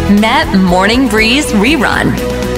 Met Morning Breeze Rerun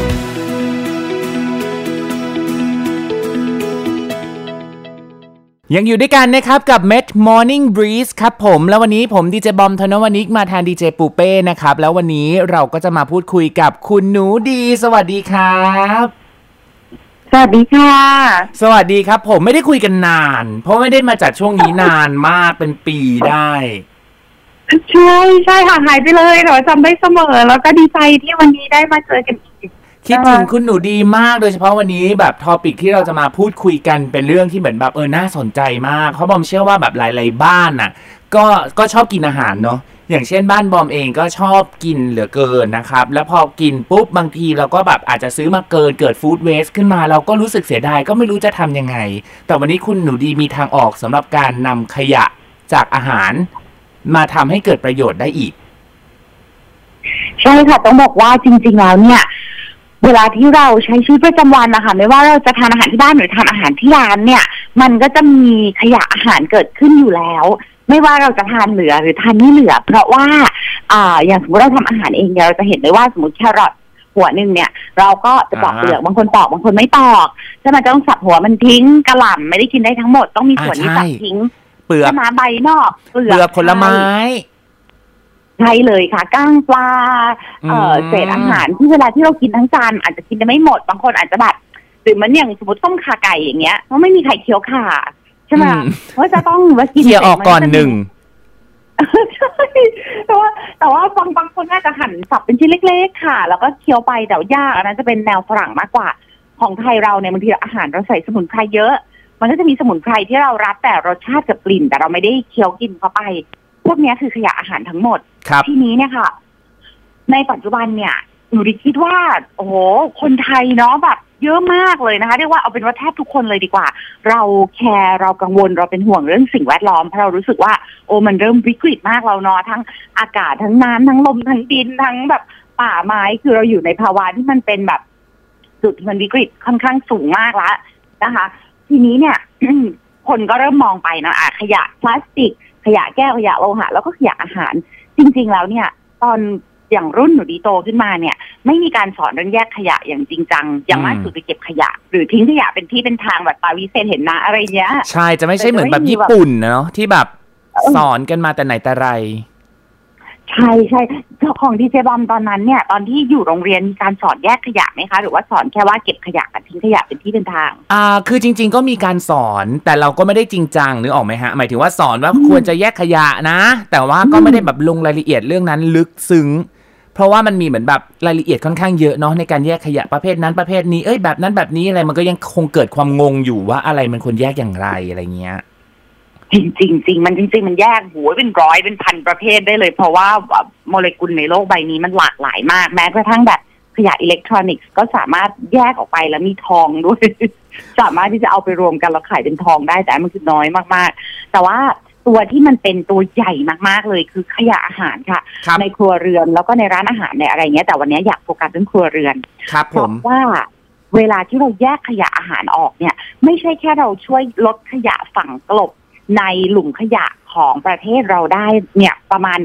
ยังอยู่ด้วยกันนะครับกับ Met Morning Breeze ครับผมแล้ววันนี้ผมดีเจบอมธนวนิกมาแทนดีเจปูเป้นะครับแล้ววันนี้เราก็จะมาพูดคุยกับคุณหนูดีสวัสดีครับสวัสดีค่ะสวัสดีครับผมไม่ได้คุยกันนานเพราะไม่ได้มาจัดช่วงนี้นานมากเป็นปีได้ใช่ห่างหายไปเลยแต่ว่าจำได้เสมอแล้วก็ดีใจที่วันนี้ได้มาเจอกันอีกคิดถึงคุณหนูดีมากโดยเฉพาะวันนี้แบบทอปิกที่เราจะมาพูดคุยกันเป็นเรื่องที่เหมือนแบบน่าสนใจมากเพราะบอมเชื่อว่าแบบหลายๆบ้านน่ะก็ชอบกินอาหารเนาะอย่างเช่นบ้านบอมเองก็ชอบกินเหลือเกินนะครับแล้วพอกินปุ๊บบางทีเราก็แบบอาจจะซื้อมาเกิดฟู้ดเวสต์ขึ้นมาเราก็รู้สึกเสียดายก็ไม่รู้จะทำยังไงแต่วันนี้คุณหนูดีมีทางออกสำหรับการนำขยะจากอาหารมาทำให้เกิดประโยชน์ได้อีกใช่ค่ะต้องบอกว่าจริงๆแล้วเนี่ยเวลาที่เราใช้ชีวิตประจำวันนะคะไม่ว่าเราจะทานอาหารที่บ้านหรือทานอาหารที่ร้านเนี่ยมันก็จะมีขยะอาหารเกิดขึ้นอยู่แล้วไม่ว่าเราจะทานเหลือหรือทานไม่เหลือเพราะว่าอย่างสมมติเราทำอาหารเองเนี่ยเราจะเห็นเลยว่าสมมติแครอทหัวนึงเนี่ยเราก็จะปอกเปลือกบางคนปอกบางคนไม่ปอกใช่ไหมจะต้องสับหัวมันทิ้งกระหล่ำไม่ได้กินได้ทั้งหมดต้องมีส่วนที่สับทิ้งเปลือกใบนอกเปลือกผลไม้ใช่เลยค่ะก้างปลาเศษอาหารที่เวลาที่เรากินทั้งจานอาจจะกินได้ไม่หมดบางคนอาจจะแบบหรือมันอย่างสมมติต้มข่าไก่อย่างเงี้ยเพราะไม่มีใครเคี้ยวข่าใช่ไหมว่าจะต้องว่ากินเคี้ยวออกก่อนหนึ่งใช่แต่ว่าบางคนน่าจะหั่นสับเป็นชิ้นเล็กๆค่ะแล้วก็เคี้ยวไปแต่ยากอันนั้นจะเป็นแนวฝรั่งมากกว่าของไทยเราเนี่ยบางทีอาหารเราใส่สมุนไพรเยอะมันก็จะมีสมุนไพรที่เรารับแต่รสชาติกับกลิ่นแต่เราไม่ได้เคี้ยวกินเข้าไปพวกนี้คือขยะอาหารทั้งหมดทีนี้เนี่ยค่ะในปัจจุบันเนี่ยหนูดิคิดว่าโอ้โหคนไทยเนาะแบบเยอะมากเลยนะคะเรียกว่าเอาเป็นว่าแทบทุกคนเลยดีกว่าเราแคร์เรากังวลเราเป็นห่วงเรื่องสิ่งแวดล้อมเพราะเรารู้สึกว่ามันเริ่มวิกฤตมากเราเนาะทั้งอากาศทั้งน้ำทั้งลมทั้งดินทั้งแบบป่าไม้คือเราอยู่ในภาวะที่มันเป็นแบบจุดที่มันวิกฤตค่อนข้างสูงมากแล้วนะคะทีนี้เนี่ย คนก็เริ่มมองไปนะขยะพลาสติกขยะแก้วขยะโลหะแล้วก็ขยะอาหารจริงๆแล้วเนี่ยตอนอย่างรุ่นหนูดีโตขึ้นมาเนี่ยไม่มีการสอนเรื่องแยกขยะอย่างจริงจังอย่างมากสุดไปเก็บขยะหรือทิ้งขยะเป็นที่เป็นทางแบบปาวิเศษเห็นนะอะไรเงี้ยใช่จะไม่ใช่เหมือนแบบญี่ปุ่นเนาะที่แบบสอนกันมาแต่ไหนแต่ไรใช่ของดีเจบอมตอนนั้นเนี่ยตอนที่อยู่โรงเรียนมีการสอนแยกขยะไหมคะหรือว่าสอนแค่ว่าเก็บขยะกับทิ้งขยะเป็นที่เป็นทางคือจริงๆก็มีการสอนแต่เราก็ไม่ได้จริงจังนึกออกไหมฮะหมายถึงว่าสอนว่าควรจะแยกขยะนะแต่ว่าก็ไม่ได้แบบลงรายละเอียดเรื่องนั้นลึกซึ้งเพราะว่ามันมีเหมือนแบบรายละเอียดค่อนข้างเยอะเนาะในการแยกขยะประเภทนั้นประเภทนี้แบบนั้นแบบนี้อะไรมันก็ยังคงเกิดความงงอยู่ว่าอะไรมันควรแยกอย่างไรอะไรเงี้ยจริงมันแยกหัวเป็นร้อยเป็นพันประเภทได้เลยเพราะว่าโมเลกุลในโลกใบนี้มันหลากหลายมากแม้กระทั่งแบบขยะอิเล็กทรอนิกส์ก็สามารถแยกออกไปแล้วมีทองด้วย สามารถที่จะเอาไปรวมกันแล้วขายเป็นทองได้แต่มันคือน้อยมากๆแต่ว่าตัวที่มันเป็นตัวใหญ่มากๆเลยคือขยะอาหารค่ะในครัวเรือนแล้วก็ในร้านอาหารในอะไรเงี้ยแต่วันนี้อยากโฟกัสเรื่องครัวเรือนเพราะว่าเวลาที่เราแยกขยะอาหารออกเนี่ยไม่ใช่แค่เราช่วยลดขยะฝังกลบในหลุมขยะของประเทศเราได้เนี่ยประมาณ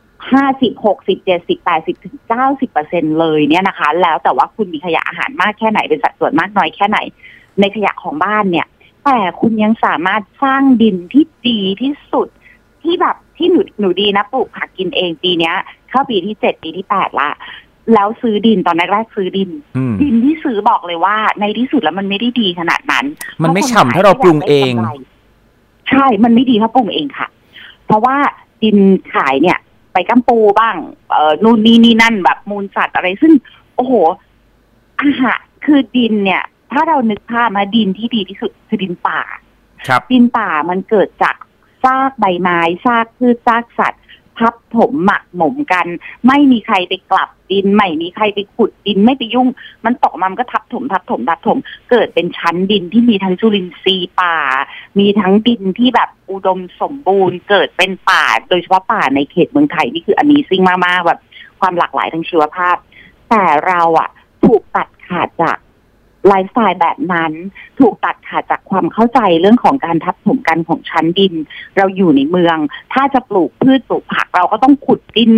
50 60 70 80ถึง 90% เลยเนี่ยนะคะแล้วแต่ว่าคุณมีขยะอาหารมากแค่ไหนเป็นสัดส่วนมากน้อยแค่ไหนในขยะของบ้านเนี่ยแต่คุณยังสามารถสร้างดินที่ดีที่สุดที่แบบที่หนูดีนะปลูกผักกินเองปีนี้เข้าปีที่7ปีที่8ละแล้วซื้อดินตอนแรกซื้อดินที่ซื้อบอกเลยว่าในที่สุดแล้วมันไม่ได้ดีขนาดนั้นมันไม่ฉ่ำถ้าเราปรุงเองใช่มันไม่ดีถ้าปรุงเองค่ะเพราะว่าดินขายเนี่ยไปกัมปูบ้างนู่นนี่นั่นแบบมูลสัตว์อะไรซึ่งโอ้โหอาหารคือดินเนี่ยถ้าเรานึกภาพมาดินที่ดีที่สุดคือดินป่าดินป่ามันเกิดจากซากใบไม้ซากพืชซากสัตว์ทับถมหมักหมมกันไม่มีใครไปกลับดินไม่มีใครไปขุดดินไม่ไปยุ่งมันตกมามันก็ทับถมเกิดเป็นชั้นดินที่มีทั้งจุลินทรีย์ป่ามีทั้งดินที่แบบอุดมสมบูรณ์เกิดเป็นป่าโดยเฉพาะป่าในเขตเมืองไทยนี่คืออันนี้ซิ่งมากๆแบบความหลากหลายทางชีวภาพแต่เราถูกตัดขาดจากไลฟ์สไตล์แบบนั้นถูกตัดขาดจากความเข้าใจเรื่องของการทับถมกันของชั้นดินเราอยู่ในเมืองถ้าจะปลูกพืชปลูกผักเราก็ต้องขุดดินพ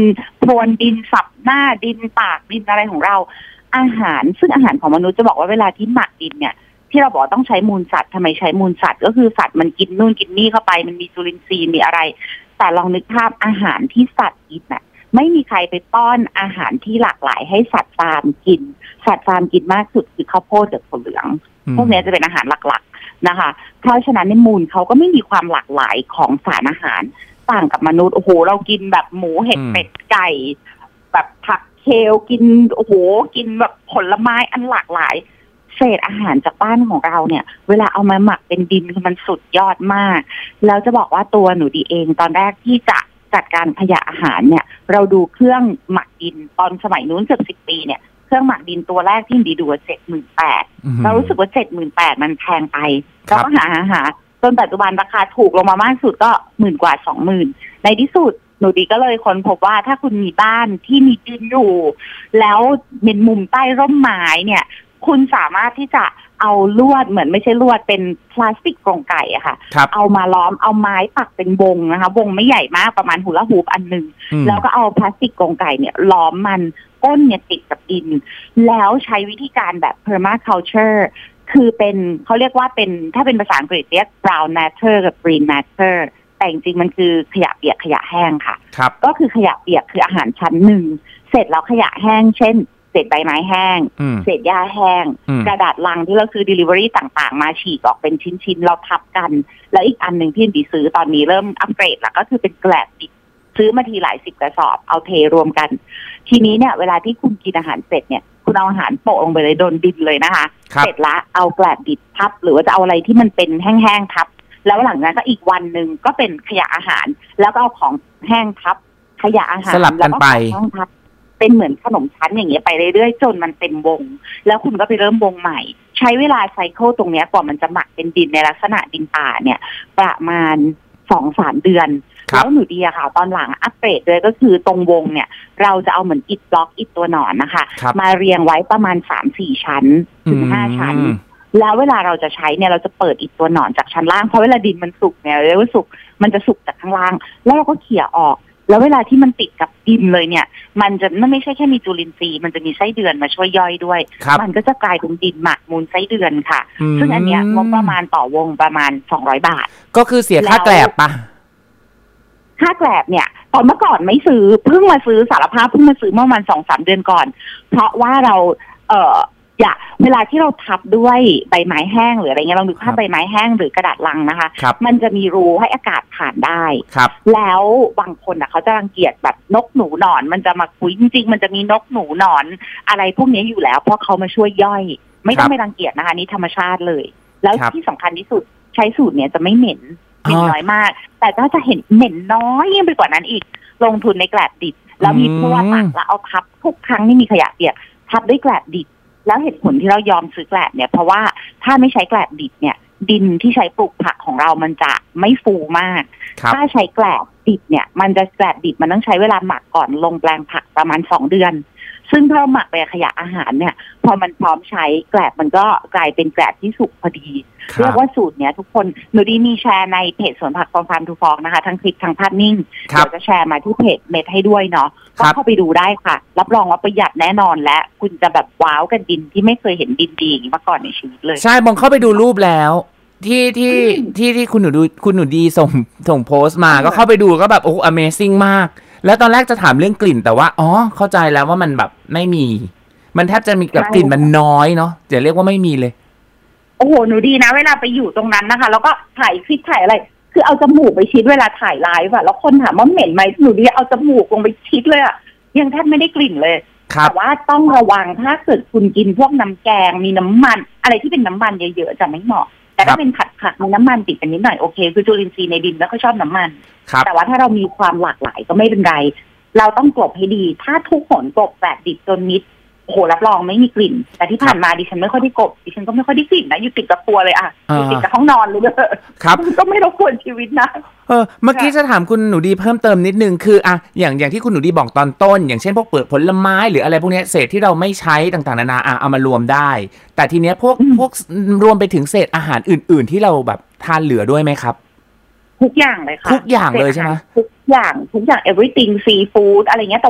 รวนดินสับหน้าดินปากดินอะไรของเราอาหารซึ่งอาหารของมนุษย์จะบอกว่าเวลาที่หมักดินเนี่ยที่เราบอกต้องใช้มูลสัตว์ทำไมใช้มูลสัตว์ก็คือสัตว์มันกินนู่นกินนี่เข้าไปมันมีจุลินทรีย์มีอะไรแต่ลองนึกภาพอาหารที่สัตว์กินน่ะไม่มีใครไปป้อนอาหารที่หลากหลายให้สัตว์ฟาร์มกินสัตว์ฟาร์มกินมากสุดคือข้าวโพดกับถั่วเหลืองพวกนี้จะเป็นอาหารหลักๆนะคะเพราะฉะนั้นในมูลเขาก็ไม่มีความหลากหลายของสารอาหารต่างกับมนุษย์โอ้โหเรากินแบบหมูเห็ดเป็ดไก่แบบผักเคลกินโอ้โหกินแบบผลไม้อันหลากหลายเศษอาหารจากบ้านของเราเนี่ยเวลาเอามาหมักเป็นดินคือมันสุดยอดมากแล้วจะบอกว่าตัวหนูดีเองตอนแรกที่จะจัดการขยะอาหารเนี่ยเราดูเครื่องหมักดินตอนสมัยนู้นเกือบ10 ปีเนี่ยเครื่องหมักดินตัวแรกที่ดีดูว่า78,000เรารู้สึกว่า78,000มันแพงไปเราก็หาจนปัจจุบันราคาถูกลงมามากสุดก็10,000 กว่า 20,000ในที่สุดหนูดีก็เลยค้นพบว่าถ้าคุณมีบ้านที่มีดินอยู่แล้วเป็นมุมใต้ร่มไม้เนี่ยคุณสามารถที่จะเอาลวดเหมือนไม่ใช่ลวดเป็นพลาสติกกรงไก่อะค่ะเอามาล้อมเอาไม้ปักเป็นวงนะคะวงไม่ใหญ่มากประมาณหูละหูปอันนึงแล้วก็เอาพลาสติกกรงไก่เนี่ยล้อมมันก้นเนี่ยติดกับดินแล้วใช้วิธีการแบบ permaculture คือเป็นเขาเรียกว่าเป็นถ้าเป็นภาษาอังกฤษเรียก brown matter กับ green matter แต่จริงๆมันคือขยะเปียกขยะแห้งค่ะก็คือขยะเปียกคืออาหารชั้นหนึ่งเสร็จแล้วขยะแห้งเช่นเศษใบไม้แห้งเศษหญ้าแห้งกระดาษลังที่เราซื้อ delivery ต่างๆมาฉีกออกเป็นชิ้นๆเราทับกันแล้วอีกอันหนึ่งที่ดีซื้อตอนนี้เริ่มอัปเกรดแล้วก็คือเป็นแกลบดิบซื้อมาทีหลาย10 กระสอบเอาเทรวมกันทีนี้เนี่ยเวลาที่คุณกินอาหารเสร็จเนี่ยคุณเอาอาหารโปะลงไปเลยโดนดินเลยนะคะเสร็จละเอาแกลบดิบทับหรือว่าจะเอาอะไรที่มันเป็นแห้งๆทับแล้วหลังนั้นก็อีกวันหนึ่งก็เป็นขยะอาหารแล้วก็เอาของแห้งทับขยะอาหารสลับกันไปเป็นเหมือนขนมชั้นอย่างเงี้ยไปเรื่อยๆจนมันเต็มวงแล้วคุณก็ไปเริ่มวงใหม่ใช้เวลาไซเคิลตรงเนี้ยกว่ามันจะหมักเป็นดินในลักษณะดินป่าเนี่ยประมาณ 2-3 เดือนแล้วหนูดีอะค่ะตอนหลังอัปเกรดเลยก็คือตรงวงเนี่ยเราจะเอาเหมือนอิฐบล็อกอิฐตัวหนอนนะคะมาเรียงไว้ประมาณ 3-4 ชั้นถึง 5 ชั้นแล้วเวลาเราจะใช้เนี่ยเราจะเปิดอิฐตัวหนอนจากชั้นล่างเพราะเวลาดินมันสุกเนี่ยเรียกว่าสุกมันจะสุกจากข้างล่างแล้วเราก็เขี่ยออกแล้วเวลาที่มันติดกับดินเลยเนี่ยมันจะไม่ใช่แค่มีจุลินทรีย์มันจะมีไส้เดือนมาช่วยย่อยด้วยมันก็จะกลายเป็นดินหมักมูลไส้เดือนค่ะซึ่งอันเนี้ยงบประมาณต่อวงประมาณ200 บาทก็คือเสียค่าแกลบปะค่าแกลบเนี่ยตอนเมื่อก่อนไม่ซื้อเพิ่งมาซื้อสารภาพเพิ่งมาซื้อเมื่อประมาณ 2-3 เดือนก่อนเพราะว่าเราอย่าเวลาที่เราทับด้วยใบไม้แห้งหรืออะไรเงี้ยเราดูภาพใบไม้แห้งหรือกระดาษลังนะคะมันจะมีรูให้อากาศผ่านได้แล้วบางคนเขาจะรังเกียจแบบนกหนูหนอนมันจะมาคุยจริงๆมันจะมีนกหนูหนอนอะไรพวกนี้อยู่แล้วเพราะเขามาช่วยย่อยไม่ต้องไปรังเกียจนะคะนี่ธรรมชาติเลยแล้วที่สำคัญที่สุดใช้สูตรเนี่ยจะไม่เหม็นน้อยมากแต่ถ้าจะเห็นเหม็นน้อยยิ่งไปกว่านั้นอีกลงทุนในแกลบดิบแล้วมีพวกตักแล้วเอาทับทุกครั้งที่มีขยะเปียกทับด้วยแกลบดิบแล้วเหตุผลที่เรายอมซื้อแกลบเนี่ยเพราะว่าถ้าไม่ใช้แกลบดิบเนี่ยดินที่ใช้ปลูกผักของเรามันจะไม่ฟูมากถ้าใช้แกลบดิบเนี่ยมันจะแกลบดิบมันต้องใช้เวลาหมักก่อนลงแปลงผักประมาณ2 เดือนซึ่งถ้าหมักไปขยะอาหารเนี่ยพอมันพร้อมใช้แกลบมันก็กลายเป็นแกลบที่สุกพอดีเรียกว่าสูตรเนี้ยทุกคนหนูดีมีแชร์ในเพจสวนผักฟาร์มทูฟองนะคะทั้งคลิปทั้งภาพนิ่งเดี๋ยวจะแชร์มาที่เพจเม็ดให้ด้วยเนาะก็เข้าไปดูได้ค่ะรับรองว่าประหยัดแน่นอนและคุณจะแบบว้าวกับดินที่ไม่เคยเห็นดินดีอย่างนี้มาก่อนในชีวิตเลยใช่บองเข้าไปดูรูปแล้วที่คุณหนูดีส่งโพสต์มาก็เข้าไปดูก็แบบโอ้ Amazing มากแล้วตอนแรกจะถามเรื่องกลิ่นแต่ว่าอ๋อเข้าใจแล้วว่ามันแบบไม่มีมันแทบจะมีแบบกลิ่นมันน้อยเนาะจะเรียกว่าไม่มีเลยโอ้โหหนูดีนะเวลาไปอยู่ตรงนั้นนะคะแล้วก็ถ่ายคลิปถ่ายอะไรคือเอาจมูกไปชิดเวลาถ่ายไลฟ์อะแล้วคนถามว่าเหม็นไหมหนูดีเอาจมูกลงไปชิดเลยอะยังแทบไม่ได้กลิ่นเลยแต่ว่าต้องระวังถ้าเกิดคุณกินพวกน้ำแกงมีน้ำมันอะไรที่เป็นน้ำมันเยอะๆจะไม่เหมาะแต่ถ้าเป็นผักมีน้ำมันติดกันนิดหน่อยโอเคคือจุลินทรีย์ในดินแล้วก็ชอบน้ำมันแต่ว่าถ้าเรามีความหลากหลายก็ไม่เป็นไรเราต้องกลบให้ดีถ้าทุกหนกลบแบบดิบจนมิดโอ้โหรับรองไม่มีกลิ่นแต่ที่ผ่านมาดิฉันไม่ค่อยได้กบดิฉันก็ไม่ค่อยได้กลิ่นนะอยู่ติดกับครัวเลยอยู่ติดกับห้องนอนเลยครับก็ไม่รบกวนชีวิตนะเมื่อกี้จะถามคุณหนูดีเพิ่มเติมนิดนึงคืออย่างที่คุณหนูดีบอกตอนต้นอย่างเช่นพวกเปลือกผลไม้หรืออะไรพวกนี้เศษที่เราไม่ใช้ต่างๆนานาเอามารวมได้แต่ทีเนี้ยพวกรวมไปถึงเศษอาหารอื่นๆที่เราแบบทานเหลือด้วยไหมครับทุกอย่างเลยค่ะทุกอย่างเลยใช่ไหมทุกอย่าง everything seafood อะไรเงี้ยแต่ว่า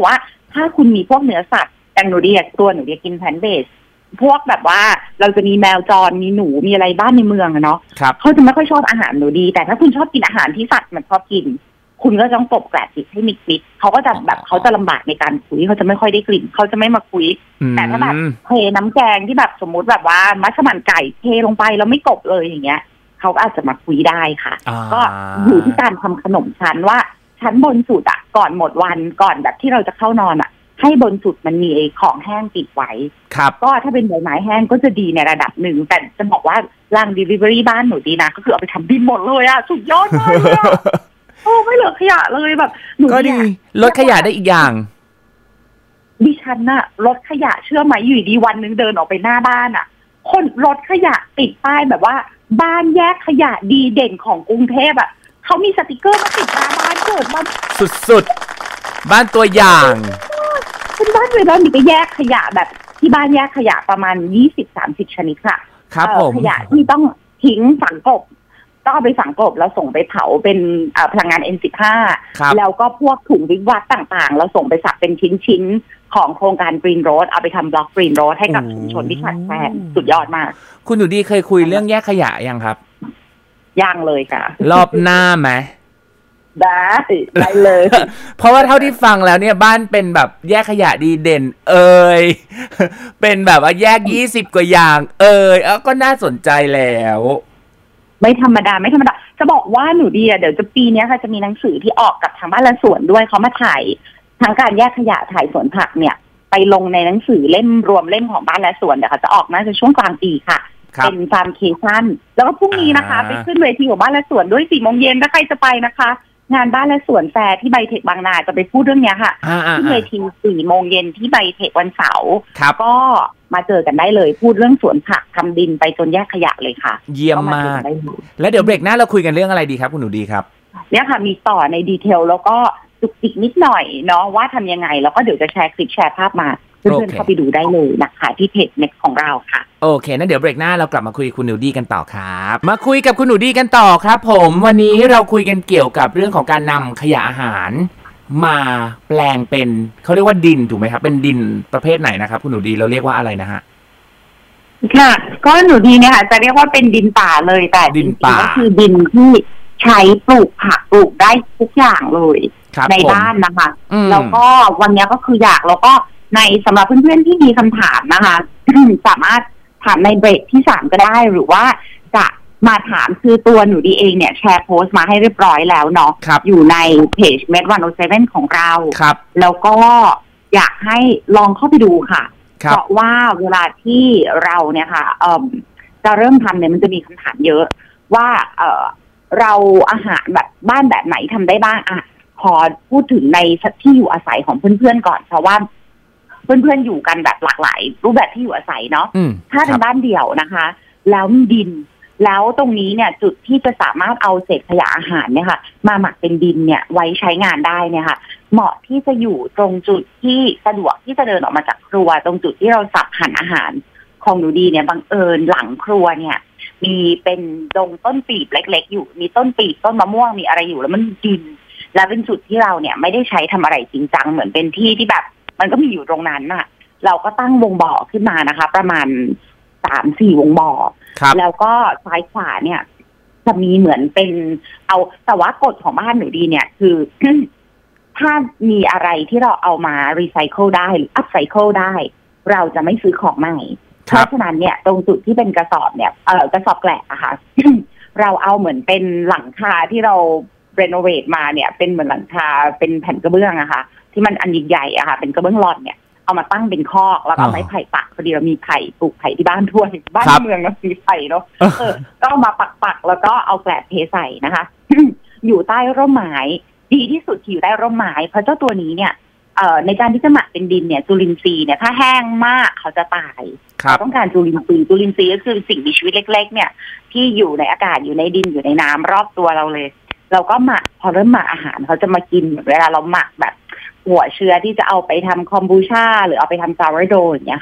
ถ้าคุณมีพวกเนื้อสัตว์อย่างหนูดีตัวหนูดีกินแพลนท์เบสพวกแบบว่าเราจะมีแมวจรมีหนูมีอะไรบ้านในเมืองอะเนาะเขาจะไม่ค่อยชอบอาหารหนูดีแต่ถ้าคุณชอบกินอาหารที่สัตว์มันชอบกินคุณก็ต้องตบแกลบจิตให้มิดเขาก็จะแบบเขาจะลำบากในการคุยเขาจะไม่ค่อยได้กลิ่นเขาจะไม่มาคุยแต่ถ้าแบบเทน้ำแกงที่แบบสมมุติแบบว่ามัสมั่นไก่เทลงไปแล้วไม่กบเลยอย่างเงี้ยเขาก็อาจจะมาคุยได้ค่ะก็อยู่ที่การทำขนมชั้นว่าชั้นบนสุดอะก่อนหมดวันก่อนแบบที่เราจะเข้านอนอะให้บนสุดมันมีของแห้งติดไว้ก็ถ้าเป็นใบไม้แห้งก็จะดีในระดับหนึ่งแต่จะบอกว่าร้าน delivery บ้านหนูดีนะก็คือเอาไปทำบินหมดเลยอะสุดยอดมากเลยโอ้ไม่เหลือขยะเลยแบบหนูก็ดีลดขยะได้อีกอย่างดิฉันน่ะลดขยะเชื่อไหมอยู่ดีวันนึงเดินออกไปหน้าบ้านอะคนลดขยะติดป้ายแบบว่าบ้านแยกขยะดีเด่นของกรุงเทพอะเขามีสติกเกอร์มาติดหน้าบ้านเกิดมาสุดๆบ้านตัวอย่างเป็นบ้านเลยแล้วมีก็แยกขยะแบบที่บ้านแยกขยะประมาณ 20-30 ชนิดค่ะครับผมขยะที่ต้องทิ้งฝังกบต้องเอาไปฝังกบแล้วส่งไปเผาเป็นพลังงาน N15 แล้วก็พวกถุงวิวัฒน์ต่างๆเราส่งไปสับเป็นชิ้นๆของโครงการ Green Road เอาไปทำบล็อก Green Road ให้กับชุมชนที่ขาดแคลนสุดยอดมากคุณหนูดีเคยคุยเรื่องแยกขยะยังครับยังเลยค่ะรอบหน้าไหมได้เลยเพราะว่าเท่าที่ฟังแล้วเนี่ยบ้านเป็นแบบแยกขยะดีเด่นเป็นแบบว่าแยก20กว่าอย่างก็น่าสนใจแล้วไม่ธรรมดาจะบอกว่าหนูดีเดี๋ยวจะปีนี้ค่ะจะมีหนังสือที่ออกกับทางบ้านและสวนด้วยเขามาถ่ายทางการแยกขยะถ่ายสวนผักเนี่ยไปลงในหนังสือเล่มรวมเล่มของบ้านและสวนเดี๋ยวค่ะจะออกน่าจะช่วงกลางปีค่ะเป็นฟาร์มเคชั่นแล้วก็พรุ่งนี้นะคะไปขึ้นเวทีของบ้านและสวนด้วย4 โมงเย็นถ้าใครจะไปนะคะงานบ้านและสวนแฟร์ที่ไบเทคบางนาจะไปพูดเรื่องนี้ค่ะที่เวที4 โมงเย็นที่ไบเทควันเสาร์ก็มาเจอกันได้เลยพูดเรื่องสวนผักทำดินไปจนแยกขยะเลยค่ะเยี่ยมมากแล้วเดี๋ยวเบรกหน้าเราคุยกันเรื่องอะไรดีครับคุณหนูดีครับเนี่ยค่ะมีต่อในดีเทลแล้วก็จุกจิกนิดหน่อยเนาะว่าทำยังไงแล้วก็เดี๋ยวจะแชร์คลิปแชร์ภาพมาเพื่อนๆเข้าไปดูได้เลยนะคะที่เพจเน็ตของเราค่ะโอเคนั่นเดี๋ยวเบรกหน้าเรากลับมาคุยกับคุณหนูดีกันต่อครับมาคุยกับคุณหนูดีกันต่อครับผมวันนี้เราคุยกันเกี่ยวกับเรื่องของการนำขยะอาหารมาแปลงเป็นเขาเรียกว่าดินถูกไหมครับเป็นดินประเภทไหนนะครับคุณหนูดีเราเรียกว่าอะไรนะฮะค่ะก็หนูดีเนี่ยค่ะจะเรียกว่าเป็นดินป่าเลยแต่ดินป่าก็คือดินที่ใช้ปลูกผักปลูกได้ทุกอย่างเลยในบ้านนะคะแล้วก็วันนี้ก็คืออยากแล้วก็ในสำหรับเพื่อนๆที่มีคำถามนะคะสามารถถามในเบรกที่3ก็ได้หรือว่าจะมาถามคือตัวหนูดีเองเนี่ยแชร์โพสต์มาให้เรียบร้อยแล้วเนาะอยู่ในเพจ Med107 ของเราแล้วก็อยากให้ลองเข้าไปดูค่ะเพราะว่าเวลาที่เราเนี่ยค่ะจะเริ่มทำเนี่ยมันจะมีคำถามเยอะว่าเราอาหารแบบบ้านแบบไหนทำได้บ้างขอพูดถึงในที่อยู่อาศัยของเพื่อนๆก่อนเพราะว่าเพื่อนๆอยู่กันแบบหลากหลายรูปแบบที่อยู่อาศัยเนาะถ้าเป็นบ้านเดี่ยวนะคะแล้วมีดินแล้วตรงนี้เนี่ยจุดที่จะสามารถเอาเศษขยะอาหารเนี่ยค่ะมาหมักเป็นดินเนี่ยไว้ใช้งานได้เนี่ยค่ะเหมาะที่จะอยู่ตรงจุดที่สะดวกที่จะเดินออกมาจากครัวตรงจุดที่เราสับหั่นอาหารของหนูดีเนี่ยบังเอิญหลังครัวเนี่ยมีเป็นดงต้นปีบเล็กๆอยู่มีต้นปีบต้นมะม่วงมีอะไรอยู่แล้วมันดินและเป็นจุดที่เราเนี่ยไม่ได้ใช้ทำอะไรจริงจังเหมือนเป็นที่ที่แบบมันก็มีอยู่ตรงนั้นน่ะเราก็ตั้งวงบ่อขึ้นมานะคะประมาณ3-4 วงบ่อแล้วก็ซ้ายขวาเนี่ยจะมีเหมือนเป็นแต่ว่ากฎของบ้านหนูดีเนี่ยคือ ถ้ามีอะไรที่เราเอามารีไซเคิลได้หรืออัพไซเคิลได้เราจะไม่ซื้อของใหม่เพราะฉะนั้นเนี่ยตรงจุดที่เป็นกระสอบเนี่ยกระสอบแกละอะค่ะ เราเอาเหมือนเป็นหลังคาที่เรารีโนเวทมาเนี่ยเป็นเหมือนหลังคาเป็นแผ่นกระเบื้องอะค่ะที่มันอันใหญ่ๆอะค่ะเป็นกระเบื้องหลอดเนี่ยเอามาตั้งเป็นคอกแล้วก็ไม้ไผ่ปักพอดีเรามีไผ่ปลูกไผ่ที่บ้านทั่วบ้านเมืองก็มีไผ่เนาะก็เอามาปักแล้วก็เอาแกลบเทใส่นะคะ อยู่ใต้ร่มไม้ดีที่สุดที่อยู่ใต้ร่มไม้เพราะเจ้าตัวนี้เนี่ยในการที่จะหมักเป็นดินเนี่ยจุลินทรีย์เนี่ยถ้าแห้งมากเขาจะตายเราต้องการจุลินทรีย์ก็คือสิ่งมีชีวิตเล็กๆเนี่ยที่อยู่ในอากาศอยู่ในดินอยู่ในน้ำรอบตัวเราเลยเราก็หมักพอเริ่มหมักอาหารเขาจะมากินเวลาเราหมักแบบหัวเชื้อที่จะเอาไปทำคอมบูชาหรือเอาไปทำซาวร์โดอย่างเงี้ยค่ะ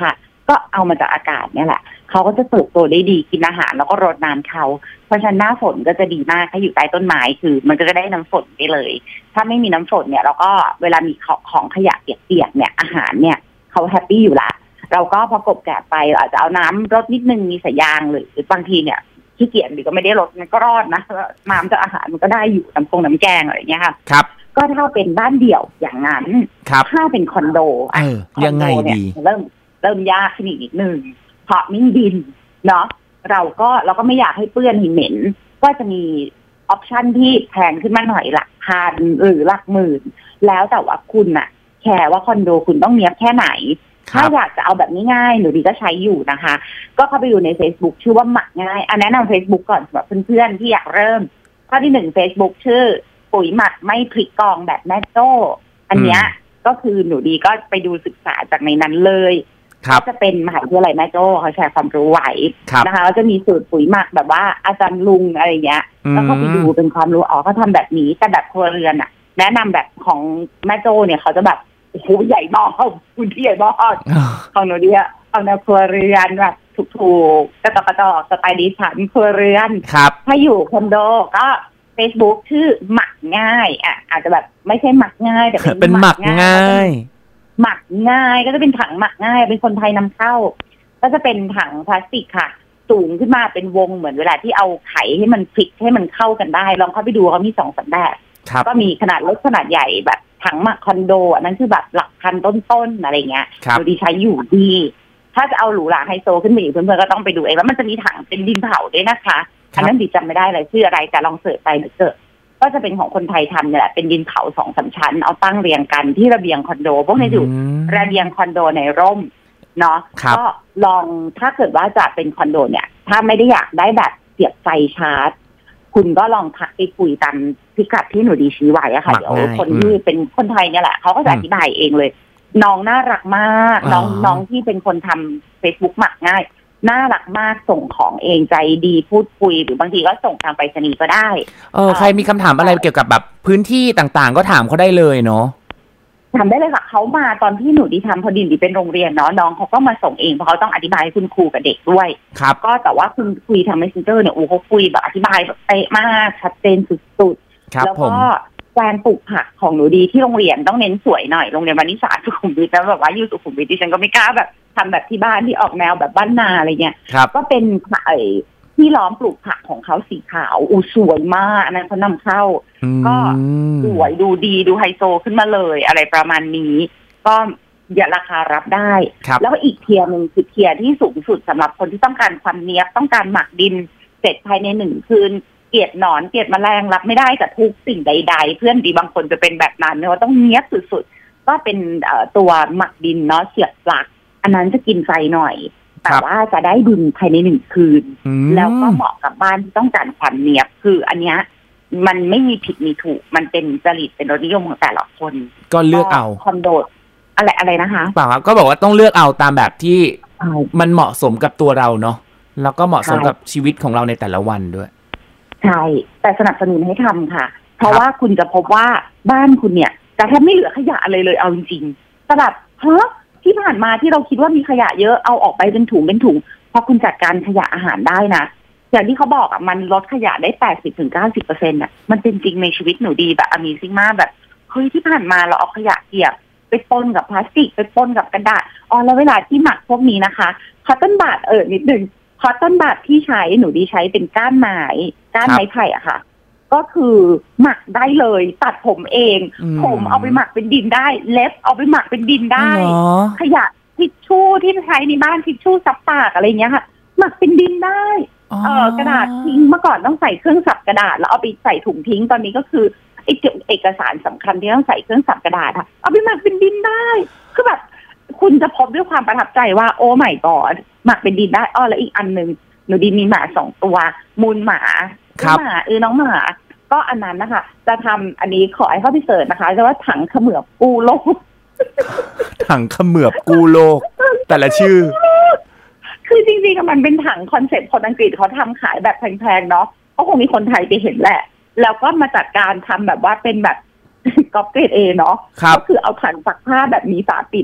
ก็เอามาจากอากาศเนี่ยแหละเขาก็จะเติบโตได้ดีกินอาหารแล้วก็รดน้ำเขาเพราะฉะนั้นหน้าฝนก็จะดีมากถ้าอยู่ใต้ต้นไม้คือมันก็จะได้น้ำฝนไปเลยถ้าไม่มีน้ำฝนเนี่ยเราก็เวลามีของขยะเปียกๆเนี่ยอาหารเนี่ยเขาแฮปปี้อยู่ละเราก็พอกบแกะไปอาจจะเอาน้ำรดนิดนึงมีสายยางหรือบางทีเนี่ยขี้เกียจหรือก็ไม่ได้รดมันก็รอดนะน้ำจากอาหารมันก็ได้อยู่น้ำแกงอะไรอย่างเงี้ยค่ะครับก็ถ้าเป็นบ้านเดี่ยวอย่างนั้นถ้าเป็นคอนโดยังไงดีเริ่มยากขึ้นอีกนิดนึงเพราะไม่มีดินเนาะเราก็ไม่อยากให้เปื้อนเหม็นก็จะมีออปชันที่แพงขึ้นมาหน่อยหลักพันหรือหลักหมื่นแล้วแต่ว่าคุณอะแคร์ว่าคอนโดคุณต้องเนียบแค่ไหนถ้าอยากจะเอาแบบง่ายๆหนูดีก็ใช้อยู่นะคะก็เข้าไปอยู่ใน Facebook ชื่อว่าหมักง่ายแนะนำ Facebook ก่อนสำหรับเพื่อนๆที่อยากเริ่มข้อที่ 1 Facebook ชื่อปุ๋ยหมักไม่พริกกองแบบแม่โจ้อันเนี้ยก็คือหนูดีก็ไปดูศึกษาจากในนั้นเลยก็จะเป็นมหาวิทยาลัยแม่โจ้เขาแชร์ความรู้ไว้นะคะแล้วจะมีสูตรปุ๋ยหมักแบบว่าอาจารย์ลุงอะไรเงี้ยแล้วก็ไปดูเป็นความรู้เขาทำแบบนี้แต่แบบครัวเรือนอ่ะแนะนำแบบของแม่โจ้เนี่ยเขาจะแบบโอ้โหใหญ่มากพื้นที่ใหญ่มากของหนูดีอะเอาแนวครัวเรือนแบบถูกๆกระจอกสไตล์ดิฉันครัวเรือนถ้าอยู่คอนโดก็ Facebook ชื่อหมักง่ายอาจจะแบบไม่ใช่หมักง่ายแต่เป็นหมักง่ายหมักง่ายก็จะเป็นถังหมักง่ายเป็นคนไทยนำเข้าก็จะเป็นถังพลาสติกค่ะสูงขึ้นมาเป็นวงเหมือนเวลาที่เอาไข่ให้มันฟิกให้มันเข้ากันได้ลองเข้าไปดูเขามี2 แบบก็มีขนาดเล็กขนาดใหญ่แบบถังหมักคอนโดอันนั้นคือแบบหลักพันต้นๆอะไรเงี้ยดูดีใช้อยู่ดีถ้าจะเอาหรูหราไฮโซขึ้นไปอีกเพื่อนๆก็ต้องไปดูเองแล้วมันจะมีถังเป็นดินเผาด้วยนะคะอันนั้นดิจำไม่ได้เลยชื่ออะไรแต่ลองเสิร์ชไปเจอก็จะเป็นของคนไทยทำเนี่ยแหละเป็นดินเผา2-3 ชั้นเอาตั้งเรียงกันที่ระเบียงคอนโดพวกนี้อยู่ระเบียงคอนโดในร่มเนาะก็ลองถ้าเกิดว่าจะเป็นคอนโดเนี่ยถ้าไม่ได้อยากได้แบบเสียบไฟชาร์จคุณก็ลองทักไปคุยตามพิกัดที่หนูดีชี้ไว้อะค่ะเดี๋ยวคนที่เป็นคนไทยเนี่ยแหละเขาก็จะอธิบายเองเลยน้องน่ารักมากน้องที่เป็นคนทำ Facebook หมักง่ายน่ารักมากส่งของเองใจดีพูดคุยหรือบางทีก็ส่งทางไปรษณีย์ก็ได้ใครมีคำถามอะไรเกี่ยวกับแบบพื้นที่ต่างๆก็ถามเขาได้เลยเนาะทำได้เลยค่ะเขามาตอนที่หนูดีทำพอดีเป็นโรงเรียนเนาะน้องเขาก็มาส่งเองเพราะเขาต้องอธิบายให้คุณครูกับเด็กด้วยก็แต่ว่าคุณคุยทาง Messenger เนี่ยเขาคุยแบบอธิบายแบบเป๊ะมากชัดเจนสุดๆแล้วก็แปลงปลูกผักของหนูดีที่โรงเรียนต้องเน้นสวยหน่อยโรงเรียนวานิสาสุขุมวิทแล้วแบบว่าอยู่สุขุมวิทดิฉันก็ไม่กล้าแบบทำแบบที่บ้านที่ออกแนวแบบบ้านนาอะไรเงี้ยก็เป็นที่ล้อมปลูกผักของเขาสีขาวสวยมากอันนั้นเขานำเข้าก็สวยดูดีดูไฮโซขึ้นมาเลยอะไรประมาณนี้ก็อย่าราคารับได้แล้วก็อีกเทียร์นึงคือเทียร์ที่สูงสุดสำหรับคนที่ต้องการความเนียบต้องการหมักดินเสร็จภายใน1 คืนเกลียดหนอนเกลียดแมลงรับไม่ได้กับทุกสิ่งใดๆเพื่อนดีบางคนจะเป็นแบบนั้นเนี่ยต้องเนียบสุดๆก็เป็นตัวหมักดินเนาะเสียบปลั๊กอันนั้นจะกินไฟหน่อยแต่ว่าจะได้ดินภายใน1 คืนแล้วก็เหมาะกับบ้านที่ต้องการความเนียบคืออันเนี้ยมันไม่มีผิดมีถูกมันเป็นจริตเป็นรสนิยมของแต่ละคนก็เลือกเอาคอนโดอะไรนะคะเปล่าครับก็บอกว่าต้องเลือกเอาตามแบบที่มันเหมาะสมกับตัวเราเนาะแล้วก็เหมาะสมกับชีวิตของเราในแต่ละวันด้วยใช่แต่สนับสนุนให้ทำค่ะเพราะว่าคุณจะพบว่าบ้านคุณเนี่ยจะแทบไม่เหลือขยะอะไรเลยเอาจริงๆสำหรับที่ผ่านมาที่เราคิดว่ามีขยะเยอะเอาออกไปเป็นถุงพอคุณจัดการขยะอาหารได้นะอย่างที่เขาบอกมันลดขยะได้ 80-90% น่ะมันเป็นจริงในชีวิตหนูดีแบบ Amazing มากแบบเฮ้ยที่ผ่านมาเราเอาขยะเปียกไปปนกับพลาสติกไปปนกับกระดาษแล้วเวลาที่หมักพวกนี้นะคะคอตตอนบัดนิดนึงคอตตอนบัดที่ใช้หนูดีใช้เป็นก้านไม้ไผ่อะค่ะก็คือหมักได้เลยตัดผมเองผมเอาไปหมักเป็นดินได้เล็บเอาไปหมักเป็นดินได้ขยะทิชชู่ที่ใช้ในบ้านทิชชู่ซับปากอะไรเงี้ยค่ะหมักเป็นดินได้กระดาษทิ้งเมื่อก่อนต้องใส่เครื่องสับกระดาษแล้วเอาไปใส่ถุงทิ้งตอนนี้ก็คือไอ้เอกสารสำคัญที่ต้องใส่เครื่องสับกระดาษค่ะเอาไปหมักเป็นดินได้คือแบบคุณจะพบด้วยความประทับใจว่าโอ้ไม่ก่อนหมักเป็นดินได้แล้วอีกอันนึงหนูดีมีหมา2 ตัวมูลหมาหมาน้องหมาก็อันนั้นนะคะจะทำอันนี้ขอให้เข้าไปเสิร์ชนะคะจะว่าถังเขมือบกู้โลกถังเขมือบกู้โลกแต่ละชื่อคือจริงๆมันเป็นถังคอนเซ็ปต์คนอังกฤษเขาทำขายแบบแพงๆเนาะก็คงมีคนไทยไปเห็นแหละแล้วก็มาจัดการทำแบบว่าเป็นแบบก๊อปเกรด A เนาะก็คือเอาถังซักผ้าแบบมีฝาปิดอะ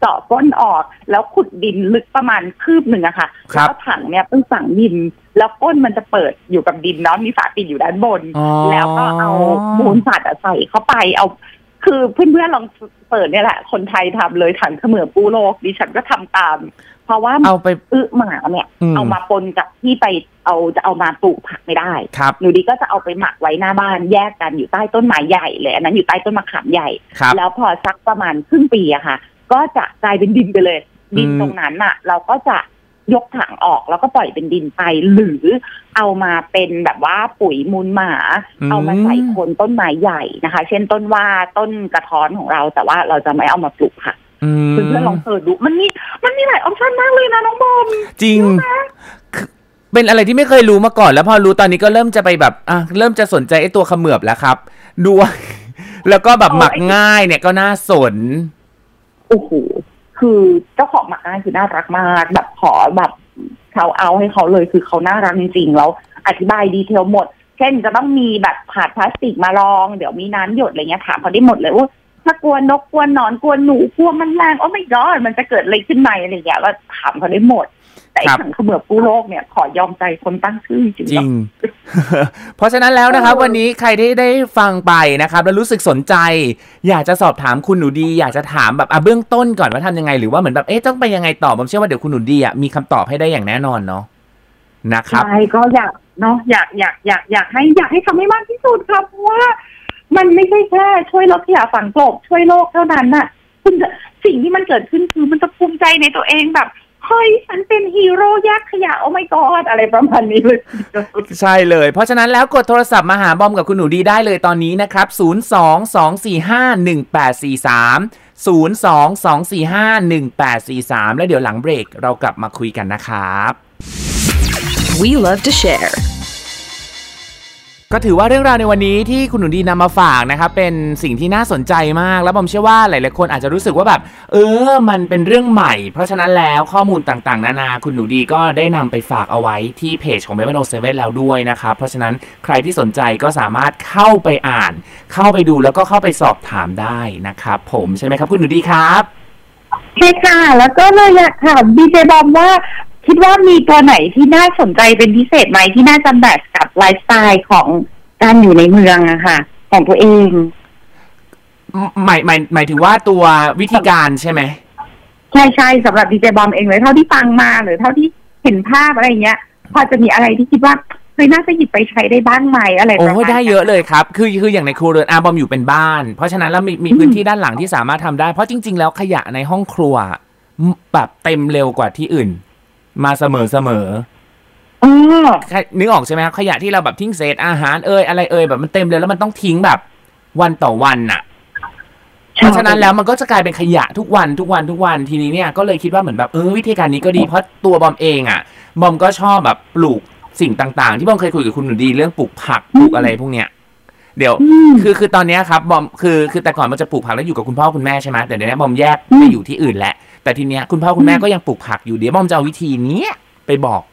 เจาะก้นออกแล้วขุดดินลึกประมาณคืบหนึ่งอะค่ะแล้วก็ถังเนี่ยเป็นฝังดินแล้วก้นมันจะเปิดอยู่กับดินเนาะมีฝาปิดอยู่ด้านบนแล้วก็เอามูลสัตว์ใส่เข้าไปเอาคือเพื่อนๆลองเปิดเนี่ยแหละคนไทยทำเลยถังเขมือบกู้โลกดิฉันก็ทำตามเพราะว่าเอาไปหมาเนี่ยเอามาปนกับที่ไปจะเอามาปลูกผักไม่ได้หนูดีก็จะเอาไปหมักไว้หน้าบ้านแยกกันอยู่ใต้ต้นไม้ใหญ่เลยอันนั้นอยู่ใต้ต้นมะขามใหญ่แล้วพอสักประมาณครึ่งปีอะค่ะก็จะกลายเป็นดินไปเลยดินตรงนั้นอะเราก็จะยกถังออกแล้วก็ปล่อยเป็นดินไปหรือเอามาเป็นแบบว่าปุ๋ยมูลหมาเอามาใส่โคนต้นไม้ใหญ่นะคะเช่นต้นว่าต้นกระท้อนของเราแต่ว่าเราจะไม่เอามาปลูกค่ะเพื่อนๆลองเสิร์ชดูมันมีหลายออปชั่นมากเลยนะน้องบอมจริงเป็นอะไรที่ไม่เคยรู้มาก่อนแล้วพอรู้ตอนนี้ก็เริ่มจะไปแบบเริ่มจะสนใจไอ้ตัวเขมือบแล้วครับดูแล้วก็แบบหมักง่ายเนี่ยก็น่าสนโอ้โหคือเจ้าของหมักง่ายคือน่ารักมากแบบขอแบบเขาเอาให้เขาเลยคือเขาน่ารักจริงๆแล้วอธิบายดีเทลหมดเช่นจะต้องมีแบบถาดพลาสติกมารองเดี๋ยวมีน้ำหยดอะไรเงี้ยถามเขาได้หมดเลยว่าถ้ากลัวนกกลัวหนอนกลัวหนูกลัวแมลงโอ้ไม่ก็มันจะเกิดอะไรขึ้นไหมอะไรอย่างเงี้ยก็ถามเขาได้หมดแต่ถังเขมือบกู้โลกเนี่ยขอยอมใจคนตั้งชื่อจริงเพราะฉะนั้นแล้วนะครับวันนี้ใครที่ได้ฟังไปนะครับแล้วรู้สึกสนใจอยากจะสอบถามคุณหนูดีอยากจะถามแบบเบื้องต้นก่อนว่าทำยังไงหรือว่าเหมือนแบบต้องไปยังไงต่อผมเชื่อว่าเดี๋ยวคุณหนูดีมีคำตอบให้ได้อย่างแน่นอนเนาะนะครับใช่ก็อยากเนาะอยากให้ทำให้มากที่สุดครับเพราะว่ามันไม่ใช่แค่ช่วยลดขยะฝังกลบช่วยโลกเท่านั้นน่ะคุณสิ่งที่มันเกิดขึ้นคือมันจะภูมิใจในตัวเองแบบเฮ้ยฉันเป็นฮีโร่แยกขยะโอ้ my god อะไรประมาณนี้เลยใช่เลยเพราะฉะนั้นแล้วกดโทรศัพท์มาหาบอมกับคุณหนูดีได้เลยตอนนี้นะครับ022451843 แล้วเดี๋ยวหลังเบรกเรากลับมาคุยกันนะครับ We love to share ก็ถือว่าเรื่องราวในวันนี้ที่คุณหนูดีนำมาฝากนะครับเป็นสิ่งที่น่าสนใจมากแล้วผมเชื่อว่าหลายๆคนอาจจะรู้สึกว่าแบบมันเป็นเรื่องใหม่เพราะฉะนั้นแล้วข้อมูลต่างๆนานาคุณหนูดีก็ได้นำไปฝากเอาไว้ที่เพจของ 707 แล้วด้วยนะครับเพราะฉะนั้นใครที่สนใจก็สามารถเข้าไปอ่านเข้าไปดูแล้วก็เข้าไปสอบถามได้นะครับผมใช่ไหมครับคุณหนูดีครับใช่ค่ะแล้วก็เลยอยากถามดีเจบอมว่าคิดว่ามีตัวไหนที่น่าสนใจเป็นพิเศษไหมที่น่าจะแมทช์กับไลฟ์สไตล์ของการอยู่ในเมืองอะค่ะของตัวเองหมายถึงว่าตัววิธีการใช่ไหมใช่สำหรับดีเจบอมเองเลยเท่าที่ฟังมาหรือเท่าที่เห็นภาพอะไรเงี้ยพอจะมีอะไรที่คิดว่าน่าจะหยิบไปใช้ได้บ้างไหมอะไรประมาณได้เยอะเลยครับคืออย่างในครัวเรือนบอมอยู่เป็นบ้านเพราะฉะนั้นแล้วมีพื้นที่ด้านหลังที่สามารถทำได้เพราะจริงๆแล้วขยะในห้องครัวแบบเต็มเร็วกว่าที่อื่นมาเสมอนึกออกใช่ไหมขยะที่เราแบบทิ้งเศษอาหารอะไรแบบมันเต็มเลยแล้วมันต้องทิ้งแบบวันต่อวันน่ะเพราะฉะนั้นแล้วมันก็จะกลายเป็นขยะทุกวันทีนี้เนี่ยก็เลยคิดว่าเหมือนแบบวิธีการนี้ก็ดีเพราะตัวบอมเองบอมก็ชอบแบบปลูกสิ่งต่างๆที่บอมเคยคุยกับคุณหนูดีเรื่องปลูกผักปลูกอะไรพวกเนี้ยเดี๋ยวคือตอนนี้ครับบอมคือแต่ก่อนมันจะปลูกผักแล้วอยู่กับคุณพ่อคุณแม่ใช่ไหมแต่เดี๋ยวนี้บอมแยกไปอยู่ที่อื่นแหละแต่ทีเนี้ยคุณพ่อคุณแม่ก็ยังปลูกผักอยู่เดี๋ยวบอมจะเอาวิธีนี้ไปบอก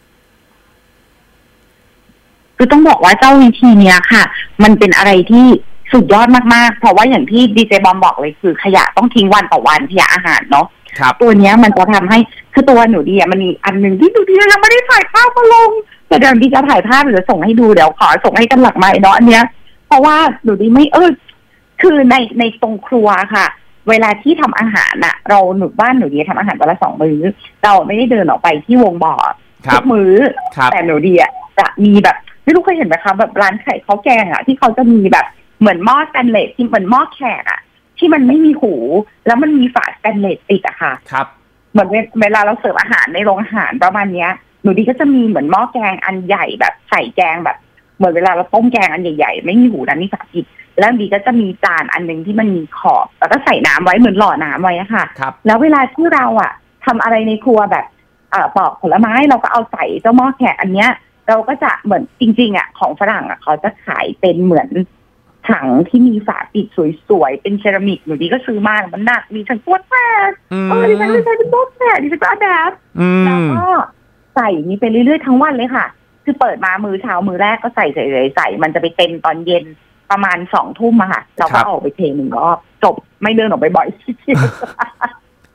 คือต้องบอกว่าเจ้าวิธีเนี้ยค่ะมันเป็นอะไรที่สุดยอดมากๆเพราะว่าอย่างที่ดีเจบอมบอกเลยคือขยะต้องทิ้งวันต่อวันขยะอาหารเนาะตัวเนี้ยมันจะทำให้คือตัวหนูดีมันมีอันหนึ่งที่หนูดียังไม่ได้ถ่ายภาพมาลงแต่เดี๋ยวดีจะถ่ายภาพหรือส่งให้ดูเดี๋ยวขอส่งให้กันหลักไม้เนาะอันเนี้ยเพราะว่าหนูดีไม่คือในตรงครัวค่ะเวลาที่ทำอาหารน่ะเราหนูบ้านหนูดีทำอาหารวันละ2 มื้อเราไม่ได้เดินออกไปที่วงบ่อทุกมื้อแต่หนูดีจะมีแบบไม่รู้เคยเห็นไหมคะแบบร้านไข่ข้าวแกงที่เขาจะมีแบบเหมือนหม้อสแตนเลสที่เหมือนหม้อแขกที่มันไม่มีหูแล้วมันมีฝาสแตนเลสติดค่ะครับเหมือนเวลาเราเสิร์ฟอาหารในโรงอาหารประมาณเนี้ยหนูดีก็จะมีเหมือนหม้อแกงอันใหญ่แบบใส่แกงแบบเหมือนเวลาเราต้มแกงอันใหญ่ๆไม่มีหูนะนี่ฝาปิดแล้วดีก็จะมีจานอันนึงที่มันมีขอบแล้วก็ใส่น้ำไว้เหมือนหล่อน้ำไว้ค่ะแล้วเวลาที่เราทำอะไรในครัวแบบปอกผลไม้เราก็เอาใส่เจ้าหม้อแขกอันเนี้ยเราก็จะเหมือนจริงๆของฝรั่งเขาจะขายเป็นเหมือนถังที่มีฝาปิดสวยๆเป็นเซรามิกหนูดีก็ซื้อมามันหนักมีทั้งตัวแพกดิฉันไม่ใช่เป็นตัวแพกดิฉันก็แบบแล้วก็ใส่นี้ไปเรื่อยๆทั้งวันเลยค่ะคือเปิดมามื้อเช้ามื้อแรกก็ใส่มันจะไปเต็มตอนเย็นประมาณ20 ทุ่มค่ะเราก็ออกไปเท1 รอบจบไม่เดินออกไปบ่อย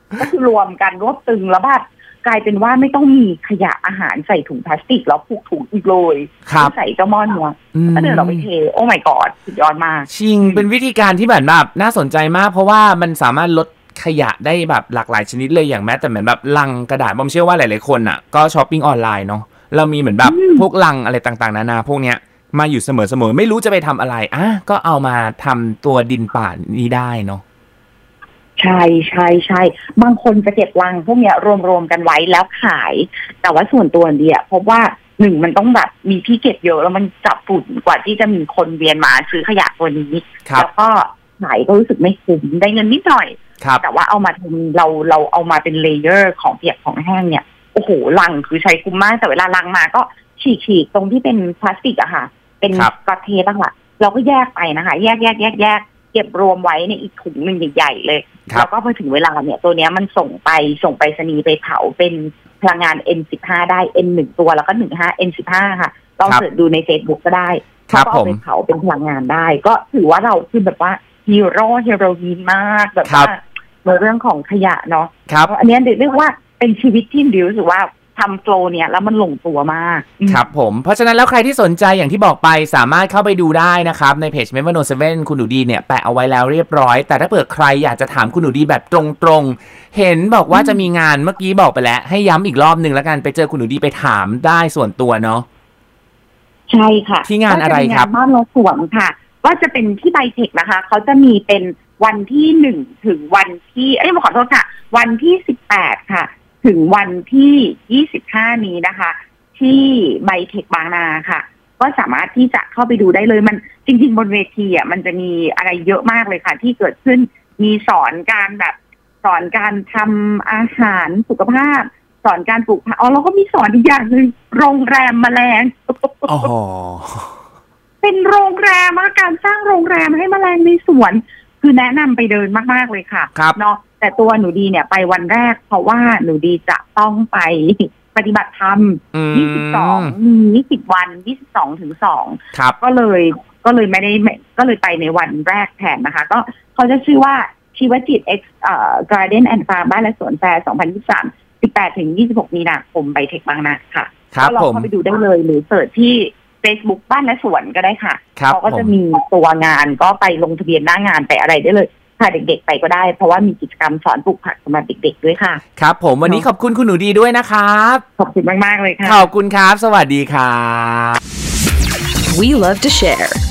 ก็คือรวมกันรวบตึงแล้วแบบกลายเป็นว่าไม่ต้องมีขยะอาหารใส่ถุงพลาสติกแล้วผูกถุงอีกเลยใส่เจ้าหม้อนัวก็เดินเราไปเทโอ้ my god สุดยอดมากจริงเป็นวิธีการที่แบบน่าสนใจมากเพราะว่ามันสามารถลดขยะได้แบบหลากหลายชนิดเลยอย่างแม้แต่เหมือนแบบลังกระดาษผมเชื่อว่าหลายๆคนอ่ะก็ช้อปปิ้งออนไลน์เนาะเรามีเหมือนแบบพวกลังอะไรต่างๆนานาพวกเนี้ยมาอยู่เสมอๆไม่รู้จะไปทำอะไรก็เอามาทำตัวดินป่านี้ได้เนาะใช่ใช่ใช่บางคนจะเก็บลังพวกเนี้ยรวมกันไว้แล้วขายแต่ว่าส่วนตัวเนี่ยพบว่าหนึ่งมันต้องแบบมีที่เก็บเยอะแล้วมันจับฝุ่นกว่าที่จะมีคนเวียนมาซื้อขยะตัวนี้แล้วก็ขายก็รู้สึกไม่คุ้มได้เงินนิดหน่อยแต่ว่าเอามาทำเราเอามาเป็นเลเยอร์ของเปียกของแห้งเนี่ยโอ้โหลังคือใช้คุ้มมากแต่เวลาลังมาก็ฉีกตรงที่เป็นพลาสติกอะค่ะเป็นกระเทปอะค่ะเราก็แยกไปนะคะแยกเก็บรวมไว้ในอีกถุงหนึ่งใหญ่ๆเลยแล้วก็พอถึงเวลาเนี่ยตัวเนี้ยมันส่งไปสนีย์ไปเผาเป็นพลังงาน N15 ได้ N1 ตัวแล้วก็15 N15 ค่ะลองเสิร์ชดูใน Facebook ก็ได้เขาก็เอาไปเผาเป็นพลังงานได้ก็ถือว่าเราคือแบบว่าฮีโร่ฮีนมากแบบว่าในเรื่องของขยะเนาะอันนี้เรียกว่าเป็นชีวิตที่ดิวรู้สึกว่าทำโฟลว์เนี่ยแล้วมันลงตัวมากครับผมเพราะฉะนั้นแล้วใครที่สนใจอย่างที่บอกไปสามารถเข้าไปดูได้นะครับในเพจ Member07 คุณหนูดีเนี่ยแปะเอาไว้แล้วเรียบร้อยแต่ถ้าเกิดใครอยากจะถามคุณหนูดีแบบตรงๆเห็นบอกว่าจะมีงานเมื่อกี้บอกไปแล้วให้ย้ำอีกรอบนึงแล้วกันไปเจอคุณหนูดีไปถามได้ส่วนตัวเนาะใช่ค่ะที่งานอะไรครับบ้านเราสวนค่ะก็จะเป็นที่ไบเทคนะคะเขาจะมีเป็นวันที่1ถึงวันที่ขอโทษค่ะวันที่18ค่ะถึงวันที่25นี้นะคะที่ไบเทคบางนาค่ะก็สามารถที่จะเข้าไปดูได้เลยมันจริงๆบนเวทีอ่ะมันจะมีอะไรเยอะมากเลยค่ะที่เกิดขึ้นมีสอนการทำอาหารสุขภาพสอนการปลูกผักแล้วก็มีสอนอีกอย่างนึงโรงแรมแมลงเป็นโรงแรมการสร้างโรงแรมให้แมลงในสวนคือแนะนำไปเดินมากๆเลยค่ะเนาะแต่ตัวหนูดีเนี่ยไปวันแรกเพราะว่าหนูดีจะต้องไปปฏิบัติธรรม22มี20วัน22ถึง2ก็เลยไม่ได้ก็เลยไปในวันแรกแทนนะคะก็เขาจะชื่อว่าชีวจิตGarden and Farm บ้านและสวนแฟร์2023 18ถึง26มีนาคมไบเทคบางนาค่ะก็ลองเข้าไปดูได้เลยหรือเสิร์ชที่ Facebook บ้านและสวนก็ได้ค่ะเขาก็จะมีตัวงานก็ไปลงทะเบียนหน้างานไปอะไรได้เลยค่ะเด็กๆไปก็ได้เพราะว่ามีกิจกรรมสอนปลูกผักสำหรับเด็กๆด้วยค่ะครับผมวันนี้ขอบคุณคุณหนูดีด้วยนะครับขอบคุณมากๆเลยค่ะขอบคุณครับสวัสดีครับ We love to share